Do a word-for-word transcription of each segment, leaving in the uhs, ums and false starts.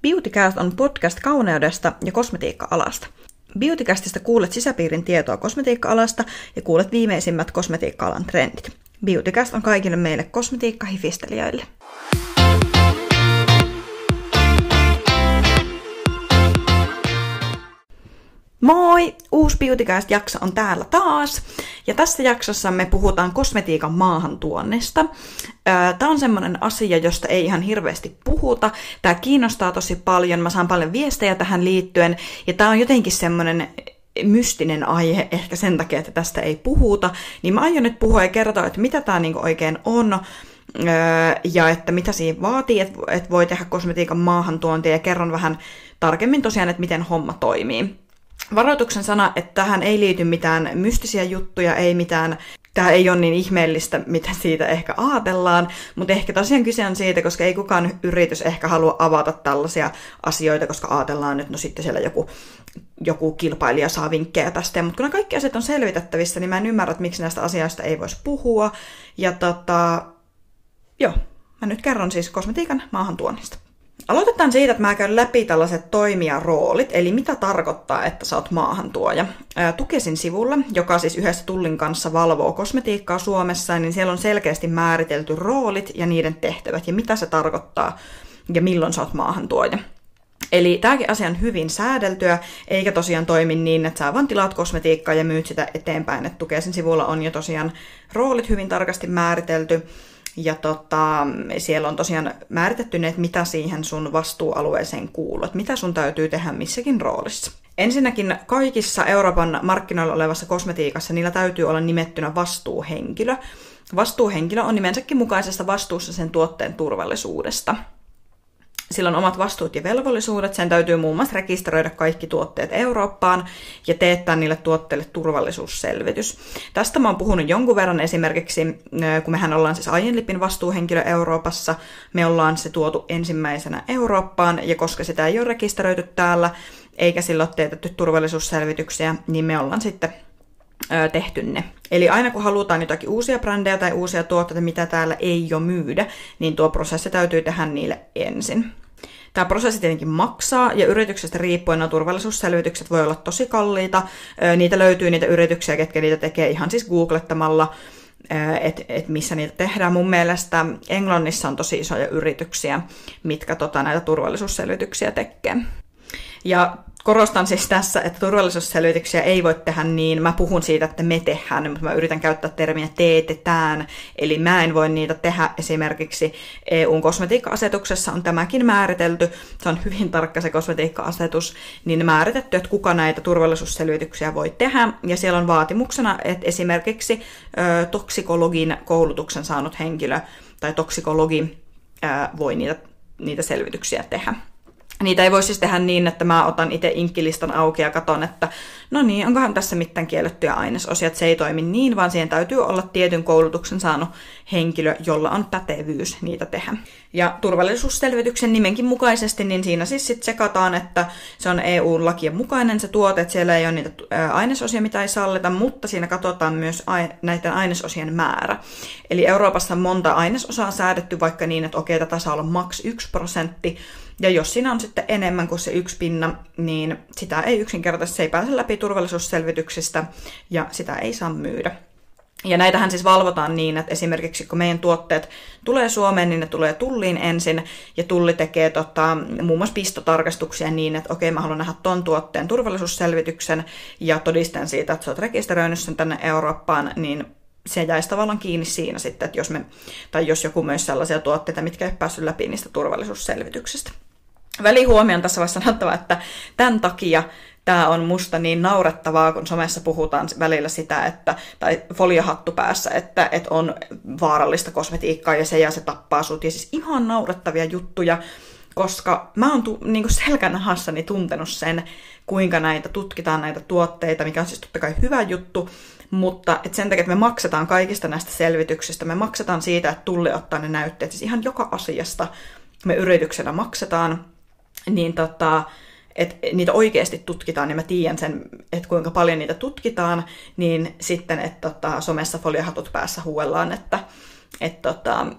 Beautycast on podcast kauneudesta ja kosmetiikka-alasta. Beautycastista kuulet sisäpiirin tietoa kosmetiikka-alasta ja kuulet viimeisimmät kosmetiikka-alan trendit. Beautycast on kaikille meille kosmetiikka-hifistelijöille. Moi! Uusi Beautycast-jakso on täällä taas. Ja tässä jaksossa me puhutaan kosmetiikan maahantuonnista. Tämä on semmoinen asia, josta ei ihan hirveästi puhuta. Tämä kiinnostaa tosi paljon. Mä saan paljon viestejä tähän liittyen. Ja tämä on jotenkin semmoinen mystinen aihe, ehkä sen takia, että tästä ei puhuta. Niin mä aion nyt puhua ja kertoa, että mitä tämä niinku oikein on. Ja että mitä siinä vaatii, että voi tehdä kosmetiikan maahantuontia. Ja kerron vähän tarkemmin tosiaan, että miten homma toimii. Varoituksen sana, että tähän ei liity mitään mystisiä juttuja, ei mitään, tämä ei ole niin ihmeellistä, mitä siitä ehkä ajatellaan, mutta ehkä tosiaan kyse on siitä, koska ei kukaan yritys ehkä halua avata tällaisia asioita, koska ajatellaan nyt, no sitten siellä joku, joku kilpailija saa vinkkejä tästä, mutta kun nämä kaikki asiat on selvitettävissä, niin mä en ymmärrä, että miksi näistä asioista ei voisi puhua, ja tota, joo, mä nyt kerron siis kosmetiikan maahantuonnista. Aloitetaan siitä, että mä käyn läpi tällaiset toimijaroolit, eli mitä tarkoittaa, että sä oot maahantuoja. Tukesin sivulla, joka siis yhdessä Tullin kanssa valvoo kosmetiikkaa Suomessa, niin siellä on selkeästi määritelty roolit ja niiden tehtävät, ja mitä se tarkoittaa, ja milloin sä oot maahantuoja. Eli tämäkin asia on hyvin säädeltyä, eikä tosiaan toimi niin, että sä vaan tilaat kosmetiikkaa ja myyt sitä eteenpäin. Että Tukesin sivulla on jo tosiaan roolit hyvin tarkasti määritelty. Ja tota, siellä on tosiaan määritetty ne, että mitä siihen sun vastuualueeseen kuuluu, että mitä sun täytyy tehdä missäkin roolissa. Ensinnäkin kaikissa Euroopan markkinoilla olevassa kosmetiikassa niillä täytyy olla nimettynä vastuuhenkilö. Vastuuhenkilö on nimensäkin mukaisesta vastuussa sen tuotteen turvallisuudesta. Sillä on omat vastuut ja velvollisuudet. Sen täytyy muun muassa rekisteröidä kaikki tuotteet Eurooppaan ja teettää niille tuotteille turvallisuusselvitys. Tästä mä oon puhunut jonkun verran esimerkiksi, kun mehän ollaan siis Aienlipin vastuuhenkilö Euroopassa. Me ollaan se tuotu ensimmäisenä Eurooppaan, ja koska sitä ei ole rekisteröity täällä, eikä sillä ole teetetty turvallisuusselvityksiä, niin me ollaan sitten tehty ne. Eli aina kun halutaan jotakin uusia brändejä tai uusia tuotteita, mitä täällä ei jo myydä, niin tuo prosessi täytyy tehdä niille ensin. Tämä prosessi tietenkin maksaa, ja yrityksestä riippuen nuo turvallisuusselvitykset voi olla tosi kalliita. Niitä löytyy niitä yrityksiä, ketkä niitä tekee ihan siis googlettamalla, että et missä niitä tehdään. Mun mielestä Englannissa on tosi isoja yrityksiä, mitkä tota, näitä turvallisuusselvityksiä tekee. Ja korostan siis tässä, että turvallisuusselvityksiä ei voi tehdä niin. Mä puhun siitä, että me tehdään, mutta mä yritän käyttää termiä teetetään. Eli mä en voi niitä tehdä. Esimerkiksi E U:n kosmetiikka-asetuksessa on tämäkin määritelty. Se on hyvin tarkka se kosmetiikka-asetus. Niin määritetty, että kuka näitä turvallisuusselvityksiä voi tehdä. Ja siellä on vaatimuksena, että esimerkiksi ö, toksikologin koulutuksen saanut henkilö tai toksikologi ö, voi niitä, niitä selvityksiä tehdä. Niitä ei voi siis tehdä niin, että mä otan itse inkkilistan auki ja katon, että no niin, onkohan tässä mitään kiellettyjä ainesosia, että se ei toimi niin, vaan siihen täytyy olla tietyn koulutuksen saanut henkilö, jolla on pätevyys niitä tehdä. Ja turvallisuusselvityksen nimenkin mukaisesti, niin siinä siis sit sekataan, että se on E U-lakien mukainen se tuote, että siellä ei ole niitä ainesosia, mitä ei sallita, mutta siinä katsotaan myös näiden ainesosien määrä. Eli Euroopassa on monta ainesosaa säädetty vaikka niin, että okei, tätä saa olla maks yksi prosentti, ja jos siinä on sitten enemmän kuin se yksi pinna, niin sitä ei yksinkertaisesti, se ei pääse läpi turvallisuusselvityksistä ja sitä ei saa myydä. Ja näitähän siis valvotaan niin, että esimerkiksi kun meidän tuotteet tulee Suomeen, niin ne tulee Tulliin ensin, ja Tulli tekee tota, muun muassa pistotarkastuksia niin, että okei, mä haluan nähdä ton tuotteen turvallisuusselvityksen ja todistan siitä, että sä oot rekisteröinyt sen tänne Eurooppaan, niin se jäisi tavallaan kiinni siinä sitten, että jos, me, tai jos joku myös sellaisia tuotteita, mitkä ei päässyt läpi niistä turvallisuusselvityksistä. Välihuomioon tässä voisi sanottava, että tämän takia tämä on musta niin naurettavaa, kun somessa puhutaan välillä sitä, että, tai foliohattu päässä, että, että on vaarallista kosmetiikkaa ja se ja se tappaa sut. Ja siis ihan naurettavia juttuja, koska mä oon tu, niin kuin selkänahassani tuntenut sen, kuinka näitä tutkitaan näitä tuotteita, mikä on siis totta kai hyvä juttu, mutta et sen takia, että me maksetaan kaikista näistä selvityksistä, me maksetaan siitä, että Tulli ottaa ne näytteet, siis ihan joka asiasta me yrityksenä maksetaan, niin tota, että niitä oikeasti tutkitaan, niin mä tiedän sen, että kuinka paljon niitä tutkitaan, niin sitten, että tota, somessa foliohatut päässä huuellaan, että et tota,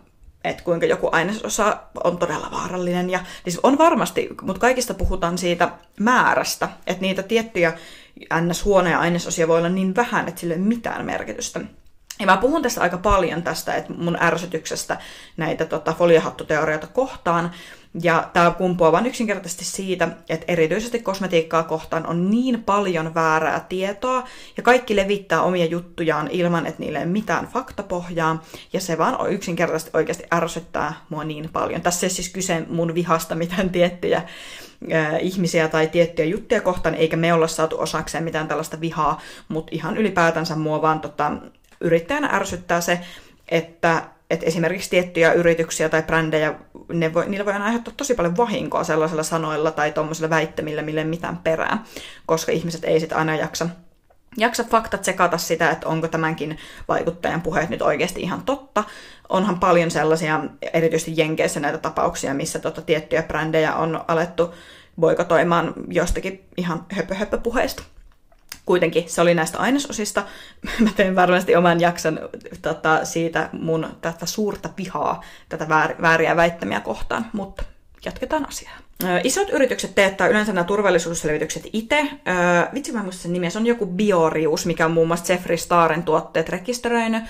että kuinka joku ainesosa on todella vaarallinen. Ja siis on varmasti, mutta kaikista puhutaan siitä määrästä, että niitä tiettyjä ns-huonoja ainesosia voi olla niin vähän, että sillä ei ole mitään merkitystä. Ja mä puhun tässä aika paljon tästä, että mun ärsytyksestä näitä tota, foliohattuteorioita kohtaan. Ja tää kumpuaa vain yksinkertaisesti siitä, että erityisesti kosmetiikkaa kohtaan on niin paljon väärää tietoa, ja kaikki levittää omia juttujaan ilman, että niille ei ole mitään faktapohjaa, ja se vaan yksinkertaisesti oikeasti ärsyttää mua niin paljon. Tässä ei siis kyse mun vihasta mitään tiettyjä äh, ihmisiä tai tiettyjä juttuja kohtaan, eikä me olla saatu osakseen mitään tällaista vihaa, mutta ihan ylipäätänsä mua vaan tota, yrittäjänä ärsyttää se, että että esimerkiksi tiettyjä yrityksiä tai brändejä, ne voi, niillä voi aiheuttaa tosi paljon vahinkoa sellaisilla sanoilla tai tuommoisilla väittämillä, mille ei mitään perää, koska ihmiset ei sitten aina jaksa, jaksa faktat sekata sitä, että onko tämänkin vaikuttajan puheet nyt oikeasti ihan totta. Onhan paljon sellaisia, erityisesti Jenkeissä näitä tapauksia, missä tota tiettyjä brändejä on alettu boikotoimaan jostakin ihan höpö-höpö-puheista. Kuitenkin se oli näistä ainesosista. Mä tein varmasti oman jakson tota, siitä mun tätä suurta vihaa, tätä väär, vääriä väittämiä kohtaan, mutta jatketaan asiaa. Ö, isot yritykset teettää yleensä nämä turvallisuusselvitykset itse. Ö, vitsi, mä en muista sen nimiä. Se on joku Biorius, mikä on muun muassa Jeffree Starin tuotteet rekisteröinyt.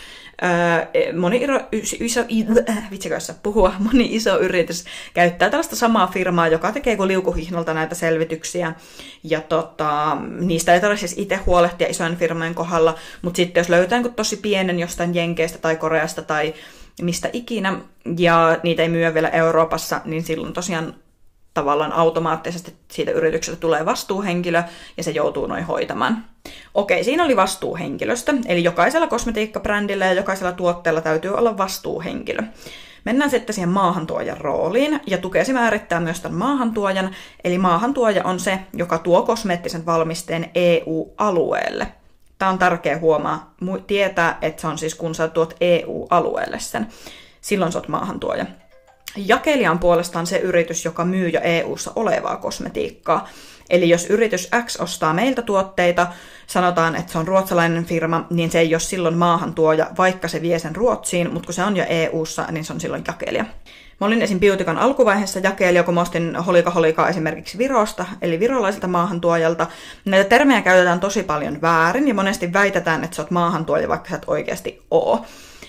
Ö, moni iro, iso, vitsiköissä puhua, moni iso yritys käyttää tällaista samaa firmaa, joka tekee kuin liukuhihnalta näitä selvityksiä. Ja tota, niistä ei tarvitse siis itse huolehtia isojen firmojen kohdalla, mutta sitten jos löytää tosi pienen jostain Jenkeistä tai Koreasta tai mistä ikinä, ja niitä ei myy vielä Euroopassa, niin silloin tosiaan tavallaan automaattisesti siitä yrityksestä tulee vastuuhenkilö, ja se joutuu noin hoitamaan. Okei, siinä oli vastuuhenkilöstä, eli jokaisella kosmetiikkabrändillä ja jokaisella tuotteella täytyy olla vastuuhenkilö. Mennään sitten siihen maahantuojan rooliin, ja Tukesi määrittää myös tämän maahantuojan, eli maahantuoja on se, joka tuo kosmeettisen valmisteen E U-alueelle. Tämä on tärkeä huomaa, tietää, että se on siis kun sä tuot E U-alueelle sen, silloin sä oot maahantuoja. Jakelija on puolestaan se yritys, joka myy jo E U:ssa olevaa kosmetiikkaa. Eli jos yritys X ostaa meiltä tuotteita, sanotaan, että se on ruotsalainen firma, niin se ei ole silloin maahantuoja, vaikka se vie sen Ruotsiin, mutta kun se on jo E U:ssa, niin se on silloin jakelija. Mä olin esim. Beautycan alkuvaiheessa jakelija, kun mä ostin Holika Holikaa esimerkiksi Virosta, eli virolaiselta maahantuojalta. Näitä termejä käytetään tosi paljon väärin, ja monesti väitetään, että sä oot maahantuoja, vaikka sä et oikeasti oo.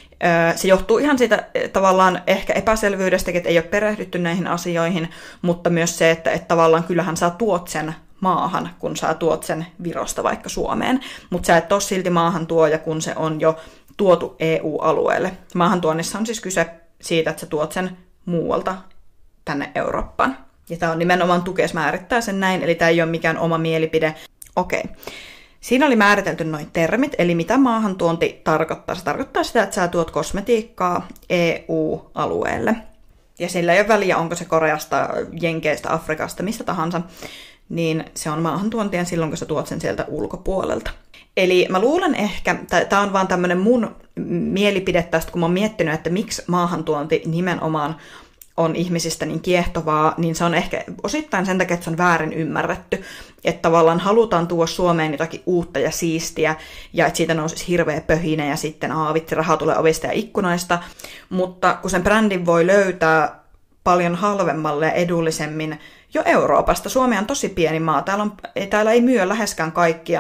Se johtuu ihan siitä tavallaan ehkä epäselvyydestäkin, että ei ole perehdytty näihin asioihin, mutta myös se, että, että tavallaan kyllähän sä tuot sen maahan, kun sä tuot sen Virosta vaikka Suomeen, mutta sä et ole silti maahantuoja, kun se on jo tuotu E U-alueelle. Maahantuonnissa on siis kyse siitä, että sä tuot sen muualta tänne Eurooppaan. Ja tämä on nimenomaan Tukes määrittää sen näin, eli tämä ei ole mikään oma mielipide. Okei. Siinä oli määritelty noin termit, eli mitä maahantuonti tarkoittaa. Se tarkoittaa sitä, että sä tuot kosmetiikkaa E U-alueelle. Ja sillä ei ole väliä, onko se Koreasta, Jenkeistä, Afrikasta, mistä tahansa, niin se on maahantuontia silloin, kun sä tuot sen sieltä ulkopuolelta. Eli mä luulen ehkä, tämä on vaan tämmöinen mun mielipide tästä, kun mä oon miettinyt, että miksi maahantuonti nimenomaan on ihmisistä niin kiehtovaa, niin se on ehkä osittain sen takia, että se on väärin ymmärretty. Että tavallaan halutaan tuoda Suomeen jotakin uutta ja siistiä, ja että siitä nousisi hirveä pöhinä, ja sitten aavitsi, rahaa tulee ovista ja ikkunoista. Mutta kun sen brändin voi löytää paljon halvemmalle ja edullisemmin jo Euroopasta. Suomi on tosi pieni maa. Täällä, on, täällä ei myö läheskään kaikkia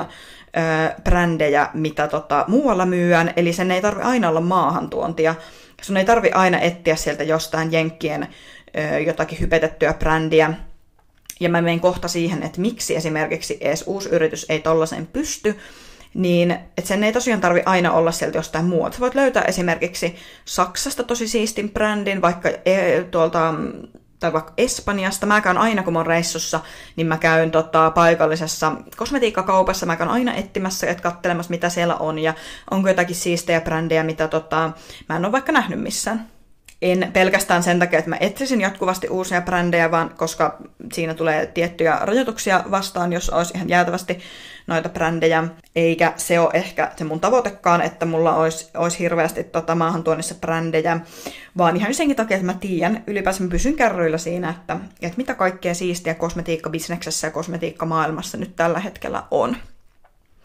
ö, brändejä, mitä tota, muualla myyään, eli sen ei tarvitse aina olla maahantuontia. Sun ei tarvi aina etsiä sieltä jostain jenkkien ö, jotakin hypetettyä brändiä. Ja mä menen kohta siihen, että miksi esimerkiksi edes uusi yritys ei tollaiseen pysty, niin että sen ei tosiaan tarvi aina olla sieltä jostain muualta. Sä voit löytää esimerkiksi Saksasta tosi siistin brändin, vaikka e, tuolta, tai vaikka Espanjasta. Mä käyn aina, kun mä oon reissussa, niin mä käyn tota, paikallisessa kosmetiikkakaupassa. Mä käyn aina etsimässä, että katselemassa, mitä siellä on, ja onko jotakin siistejä brändejä, mitä tota, mä en ole vaikka nähnyt missään. En pelkästään sen takia, että mä etsisin jatkuvasti uusia brändejä, vaan koska siinä tulee tiettyjä rajoituksia vastaan, jos olisi ihan jäätävästi noita brändejä. Eikä se ole ehkä se mun tavoitekaan, että mulla olisi, olisi hirveästi tota maahantuonnissa brändejä, vaan ihan senkin takia, että mä tiedän, ylipäänsä mä pysyn kärryillä siinä, että, että mitä kaikkea siistiä kosmetiikkabisneksessä ja kosmetiikkamaailmassa nyt tällä hetkellä on.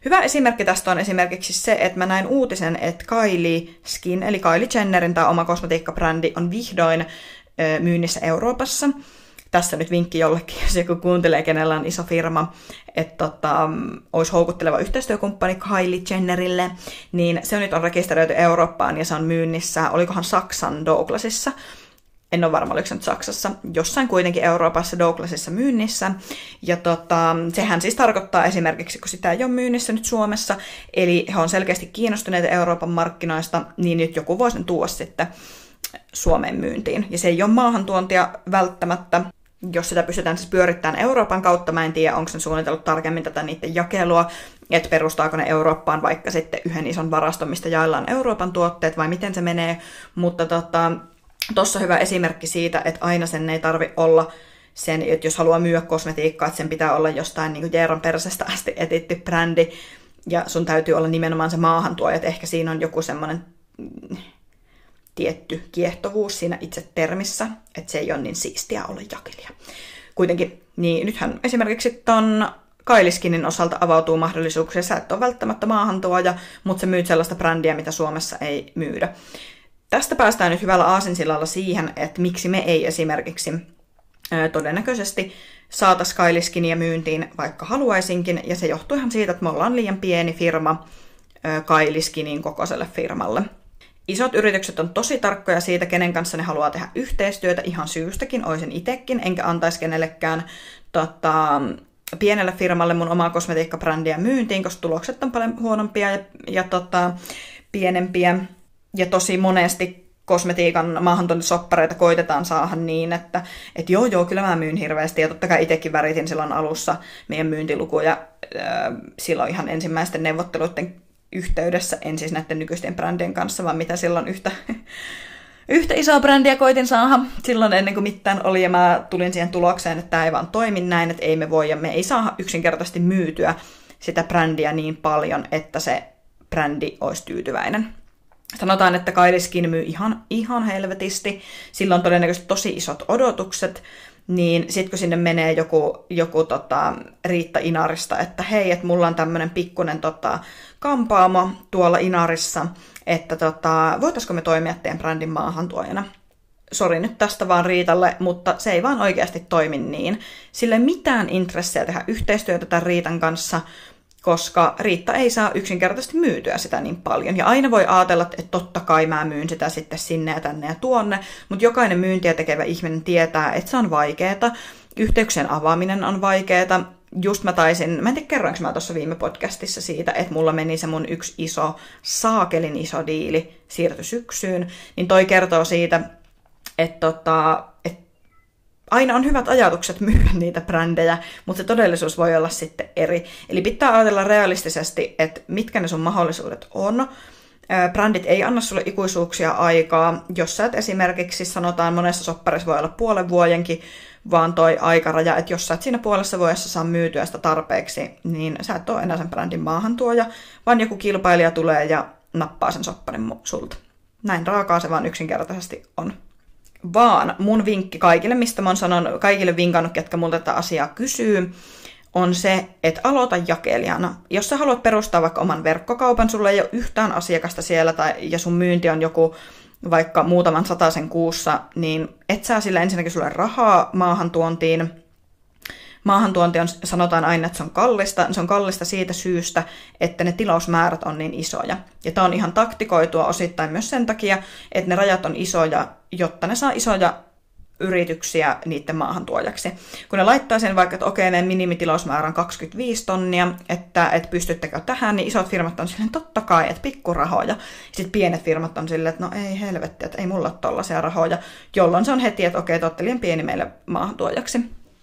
Hyvä esimerkki tästä on esimerkiksi se, että mä näin uutisen, että Kylie Skin, eli Kylie Jennerin tämä oma kosmetiikkabrändi, on vihdoin ö, myynnissä Euroopassa. Tässä nyt vinkki jollekin, jos joku kuuntelee, kenellä on iso firma, että tota, olisi houkutteleva yhteistyökumppani Kylie Jennerille, niin se on nyt on rekisteröity Eurooppaan ja se on myynnissä, olikohan Saksan Douglasissa, en ole varma, oliko se nyt Saksassa, jossain kuitenkin Euroopassa Douglasissa myynnissä. Ja tota, sehän siis tarkoittaa esimerkiksi, kun sitä ei ole myynnissä nyt Suomessa, eli he on selkeästi kiinnostuneita Euroopan markkinoista, niin nyt joku voisi ne tuoda sitten Suomeen myyntiin. Ja se ei ole maahantuontia välttämättä, jos sitä pystytään siis pyörittämään Euroopan kautta. Mä en tiedä, onko ne suunnitellut tarkemmin tätä niiden jakelua, että perustaako ne Eurooppaan vaikka sitten yhden ison varaston, mistä jaellaan Euroopan tuotteet, vai miten se menee. Mutta tota, tuossa hyvä esimerkki siitä, että aina sen ei tarvi olla sen, että jos haluaa myyä kosmetiikkaa, että sen pitää olla jostain niin kuin Jeeron persestä asti etitty brändi, ja sun täytyy olla nimenomaan se maahantuoja, että ehkä siinä on joku semmoinen tietty kiehtovuus siinä itse termissä, että se ei ole niin siistiä olla jakelija. Kuitenkin, niin nythän esimerkiksi ton Kylie Skinin osalta avautuu mahdollisuuksia, sä et ole välttämättä maahantuoja, mutta sä myyt sellaista brändiä, mitä Suomessa ei myydä. Tästä päästään nyt hyvällä aasinsillalla siihen, että miksi me ei esimerkiksi ää, todennäköisesti saataisiin Kylie Skinia myyntiin, vaikka haluaisinkin, ja se johtuu ihan siitä, että me ollaan liian pieni firma ää, Kylie Skinin kokoiselle firmalle. Isot yritykset on tosi tarkkoja siitä, kenen kanssa ne haluaa tehdä yhteistyötä, ihan syystäkin, oisin itsekin, enkä antaisi kenellekään tota, pienelle firmalle mun omaa kosmetiikkabrändiä myyntiin, koska tulokset on paljon huonompia ja, ja tota, pienempiä. Ja tosi monesti kosmetiikan maahantuontisoppareita koitetaan saada niin, että et joo, joo, kyllä mä myyn hirveästi. Ja totta kai itsekin väritin silloin alussa meidän myyntilukuja äh, silloin ihan ensimmäisten neuvotteluiden yhteydessä, en siis näiden nykyisten brändien kanssa, vaan mitä silloin yhtä, yhtä isoa brändiä koitin saada silloin ennen kuin mitään oli, ja mä tulin siihen tulokseen, että tämä ei vaan toimi näin, että ei me voi, ja me ei saa yksinkertaisesti myytyä sitä brändiä niin paljon, että se brändi olisi tyytyväinen. Sanotaan, että Kylie Skin myy ihan, ihan helvetisti, sillä on todennäköisesti tosi isot odotukset, niin sitten kun sinne menee joku, joku tota, Riitta Inarista, että hei, että mulla on tämmöinen pikkunen tota, kampaamo tuolla Inarissa, että tota, voitaisiko me toimia teidän brändin maahantuojana. Sori nyt tästä vaan Riitalle, mutta se ei vaan oikeasti toimi niin. Sillä ei mitään intressejä tehdä yhteistyötä tämän Riitan kanssa, koska Riitta ei saa yksinkertaisesti myytyä sitä niin paljon. Ja aina voi ajatella, että totta kai mä myyn sitä sitten sinne ja tänne ja tuonne, mutta jokainen myyntiä tekevä ihminen tietää, että se on vaikeeta. Yhteyksien avaaminen on vaikeeta. Just mä taisin, mä en tiedä kerroinko mä tuossa viime podcastissa siitä, että mulla meni se mun yksi iso, saakelin iso diili siirtyi syksyyn, niin toi kertoo siitä, että tota, et aina on hyvät ajatukset myydä niitä brändejä, mutta se todellisuus voi olla sitten eri. Eli pitää ajatella realistisesti, että mitkä ne sun mahdollisuudet on. Brändit ei anna sulle ikuisuuksia aikaa. Jos sä et esimerkiksi, sanotaan monessa sopparissa voi olla puolen vuodenkin, vaan toi aikaraja, että jos sä et siinä puolessa vuodessa saa myytyä sitä tarpeeksi, niin sä et ole enää sen brändin maahantuoja, vaan joku kilpailija tulee ja nappaa sen sopparin sulta. Näin raakaa se vaan yksinkertaisesti on. Vaan mun vinkki kaikille, mistä mä oon sanonut, kaikille vinkannut, ketkä multa tätä asiaa kysyy, on se, että aloita jakelijana. Jos sä haluat perustaa vaikka oman verkkokaupan, sulla ei ole yhtään asiakasta siellä tai, ja sun myynti on joku vaikka muutaman sataisen kuussa, niin et sä sillä ensinnäkin sulle rahaa maahantuontiin. Maahantuonti on, sanotaan aina, että se on kallista. Se on kallista siitä syystä, että ne tilausmäärät on niin isoja. Ja tämä on ihan taktikoitua osittain myös sen takia, että ne rajat on isoja, jotta ne saa isoja yrityksiä niiden maahantuojaksi. Kun ne laittaa sen vaikka, että okei, meidän minimitilausmäärä on kaksikymmentäviisi tonnia, että, että pystyttekö tähän, niin isot firmat on silleen, totta kai, että pikkurahoja. Sitten pienet firmat on silleen, että no ei helvetti, että ei mulla ole tollaisia rahoja, jolloin se on heti, että okei, te olette liian pieni meille maahantuojaksi.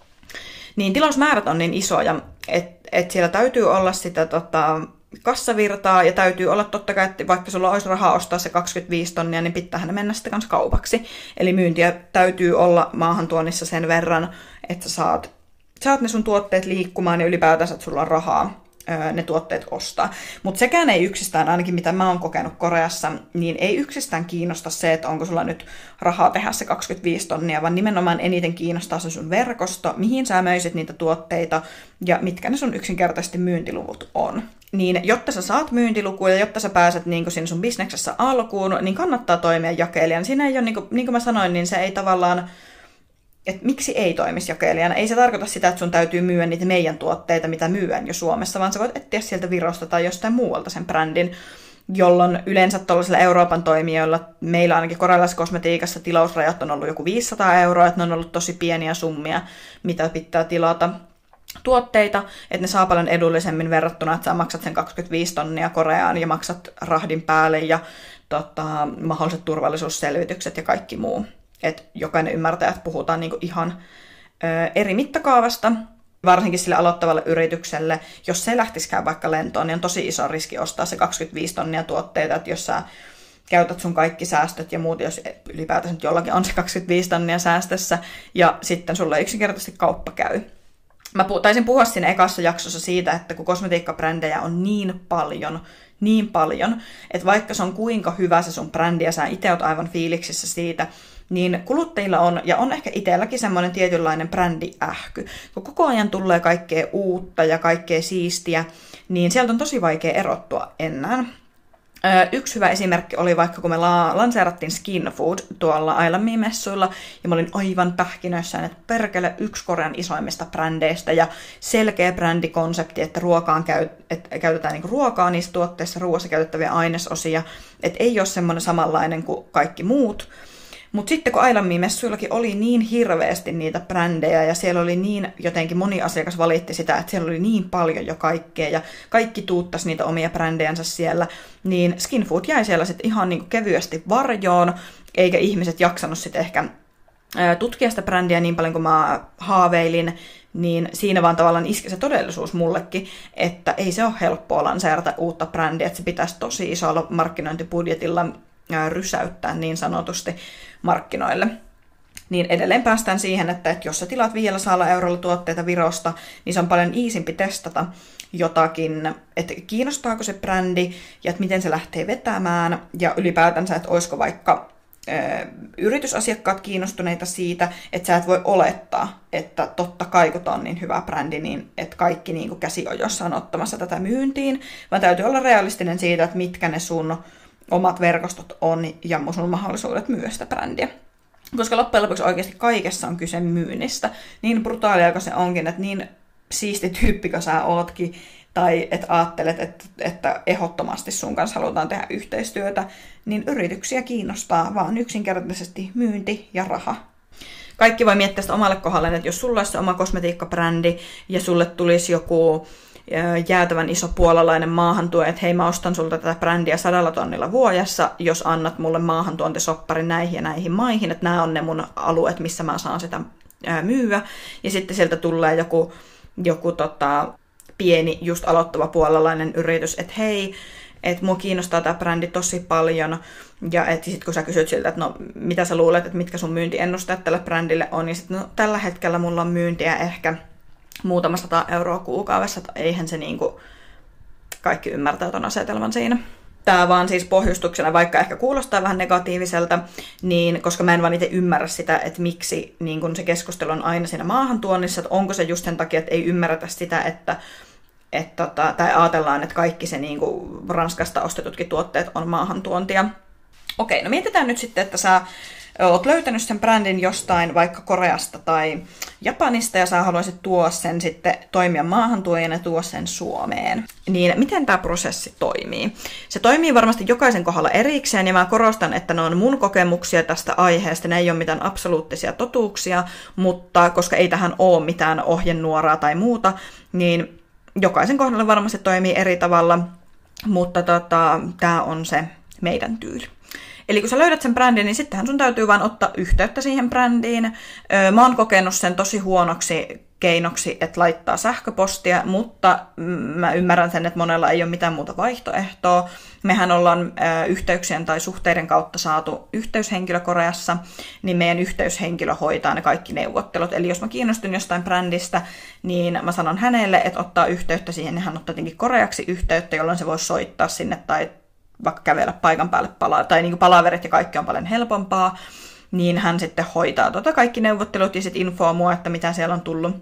Niin tilausmäärät on niin isoja, että, että siellä täytyy olla sitä tota, kassavirtaa ja täytyy olla totta kai, että vaikka sulla olisi rahaa ostaa se kaksikymmentäviisi tonnia, niin pitäähän ne mennä sitten kanssa kaupaksi. Eli myyntiä täytyy olla maahantuonnissa sen verran, että sä saat, saat ne sun tuotteet liikkumaan ja ylipäätänsä, että sulla on rahaa öö, ne tuotteet ostaa. Mutta sekään ei yksistään, ainakin mitä mä oon kokenut Koreassa, niin ei yksistään kiinnosta se, että onko sulla nyt rahaa tehdä se kaksikymmentäviisi tonnia, vaan nimenomaan eniten kiinnostaa se sun verkosto, mihin sä möisit niitä tuotteita ja mitkä ne sun yksinkertaisesti myyntiluvut on. niin jotta sä saat myyntilukuja, jotta sä pääset niin siinä sun bisneksessä alkuun, niin kannattaa toimia jakelijana. Siinä ei ole, niin kuin, niin kuin mä sanoin, niin se ei tavallaan, että miksi ei toimisi jakelijana. Ei se tarkoita sitä, että sun täytyy myyä niitä meidän tuotteita, mitä myydään jo Suomessa, vaan sä voit etsiä sieltä Virosta tai jostain muualta sen brändin, jolloin yleensä tuollaisilla Euroopan toimijoilla, meillä ainakin korealaiskosmetiikassa tilausrajat on ollut joku viisisataa euroa, että ne on ollut tosi pieniä summia, mitä pitää tilata tuotteita, että ne saa paljon edullisemmin verrattuna, että sä maksat sen kaksikymmentäviisi tonnia Koreaan ja maksat rahdin päälle ja tota, mahdolliset turvallisuusselvitykset ja kaikki muu. Että jokainen ymmärtää, että puhutaan niinku ihan ö, eri mittakaavasta, varsinkin sille aloittavalle yritykselle. Jos se lähtisikään vaikka lentoon, niin on tosi iso riski ostaa se kaksikymmentäviisi tonnia tuotteita, että jos sä käytät sun kaikki säästöt ja muut, jos ylipäätänsä nyt jollakin on se kaksikymmentäviisi tonnia säästössä, ja sitten sulle yksinkertaisesti kauppa käy. Mä taisin puhua siinä ekassa jaksossa siitä, että kun kosmetiikkabrändejä on niin paljon, niin paljon, että vaikka se on kuinka hyvä se sun brändi ja sä itse oot aivan fiiliksissä siitä, niin kuluttajilla on, ja on ehkä itselläkin semmoinen tietynlainen brändiähky. Kun koko ajan tulee kaikkea uutta ja kaikkea siistiä, niin sieltä on tosi vaikea erottua enää. Yksi hyvä esimerkki oli vaikka, kun me lanseerattiin Skin Food tuolla I Love Me-messuilla, ja mä olin aivan pähkinöissään, että perkele yksi Korean isoimmista brändeistä, ja selkeä brändikonsepti, että ruokaan käy, että käytetään niinku ruokaa niissä tuotteissa, ruoassa käytettäviä ainesosia, että ei ole semmoinen samanlainen kuin kaikki muut. Mutta sitten kun I Love Me-messuillakin oli niin hirveästi niitä brändejä ja siellä oli niin, jotenkin moni asiakas valitti sitä, että siellä oli niin paljon jo kaikkea ja kaikki tuuttasi niitä omia brändejänsä siellä, niin Skin Food jäi siellä sitten ihan niinku kevyesti varjoon, eikä ihmiset jaksanut sitten ehkä tutkia sitä brändiä niin paljon kuin mä haaveilin, niin siinä vaan tavallaan iski se todellisuus mullekin, että ei se ole helppoa lanseerata uutta brändiä, että se pitäisi tosi isolla markkinointibudjetilla rysäyttää niin sanotusti markkinoille. Niin edelleen päästään siihen, että, että jos sä tilaat viidelläsadalla eurolla tuotteita Virosta, niin se on paljon easimpi testata jotakin, että kiinnostaako se brändi ja että miten se lähtee vetämään ja ylipäätänsä, että olisiko vaikka ö, yritysasiakkaat kiinnostuneita siitä, että sä et voi olettaa, että totta kai kun on niin hyvä brändi, niin että kaikki niin kuin käsiojossa on ottamassa tätä myyntiin, vaan täytyy olla realistinen siitä, että mitkä ne sun omat verkostot on ja sun mahdollisuudet myydä sitä brändiä. Koska loppujen lopuksi oikeasti kaikessa on kyse myynnistä. Niin brutaalia kuin se onkin, että niin siisti tyyppi kuin sä ootkin, tai että ajattelet, että, että ehdottomasti sun kanssa halutaan tehdä yhteistyötä, niin yrityksiä kiinnostaa vaan yksinkertaisesti myynti ja raha. Kaikki voi miettiä sitä omalle kohdalle, että jos sulla olisi se oma kosmetiikkabrändi ja sulle tulisi joku jäätävän iso puolalainen maahantuoja, että hei, mä ostan sulta tätä brändiä sadalla tonnilla vuodessa, jos annat mulle maahantuontisopparin näihin ja näihin maihin, että nämä on ne mun alueet, missä mä saan sitä myyä. Ja sitten sieltä tulee joku, joku tota, pieni, just aloittava puolalainen yritys, että hei, että mua kiinnostaa tämä brändi tosi paljon, ja että sitten kun sä kysyt siltä, että no mitä sä luulet, että mitkä sun myyntiennusteet tälle brändille on, niin sitten no tällä hetkellä mulla on myyntiä ehkä muutama sata euroa kuukaudessa, että eihän se niinku kaikki ymmärtää ton asetelman siinä. Tää vaan siis pohjustuksena, vaikka ehkä kuulostaa vähän negatiiviselta, niin koska mä en vaan itse ymmärrä sitä, että miksi niin kun se keskustelu on aina siinä maahantuonnissa, että onko se just sen takia, että ei ymmärretä sitä, että et tota, tai ajatellaan, että kaikki se niin kuin Ranskasta ostetutkin tuotteet on maahantuontia. Okei, no mietitään nyt sitten, että sä oot löytänyt sen brändin jostain vaikka Koreasta tai Japanista ja sä haluaisit tuoda sen sitten toimia maahantuojana ja tuoda sen Suomeen. Niin miten tämä prosessi toimii? Se toimii varmasti jokaisen kohdalla erikseen ja mä korostan, että ne on mun kokemuksia tästä aiheesta. Ne ei ole mitään absoluuttisia totuuksia, mutta koska ei tähän ole mitään ohjenuoraa tai muuta, niin jokaisen kohdalla varmasti toimii eri tavalla, mutta tota, tämä on se meidän tyyli. Eli kun sä löydät sen brändin, niin sittenhän sun täytyy vaan ottaa yhteyttä siihen brändiin. Mä oon kokenut sen tosi huonoksi keinoksi, että laittaa sähköpostia, mutta mä ymmärrän sen, että monella ei ole mitään muuta vaihtoehtoa. Mehän ollaan yhteyksien tai suhteiden kautta saatu yhteyshenkilö Koreassa, niin meidän yhteyshenkilö hoitaa ne kaikki neuvottelut. Eli jos mä kiinnostun jostain brändistä, niin mä sanon hänelle, että ottaa yhteyttä siihen, niin hän ottaa tietenkin koreaksi yhteyttä, jolloin se voi soittaa sinne tai vaikka kävellä paikan päälle palaa, tai niin kuin palaverit ja kaikki on paljon helpompaa, niin hän sitten hoitaa tota kaikki neuvottelut ja sitten infoo mua, että mitä siellä on tullut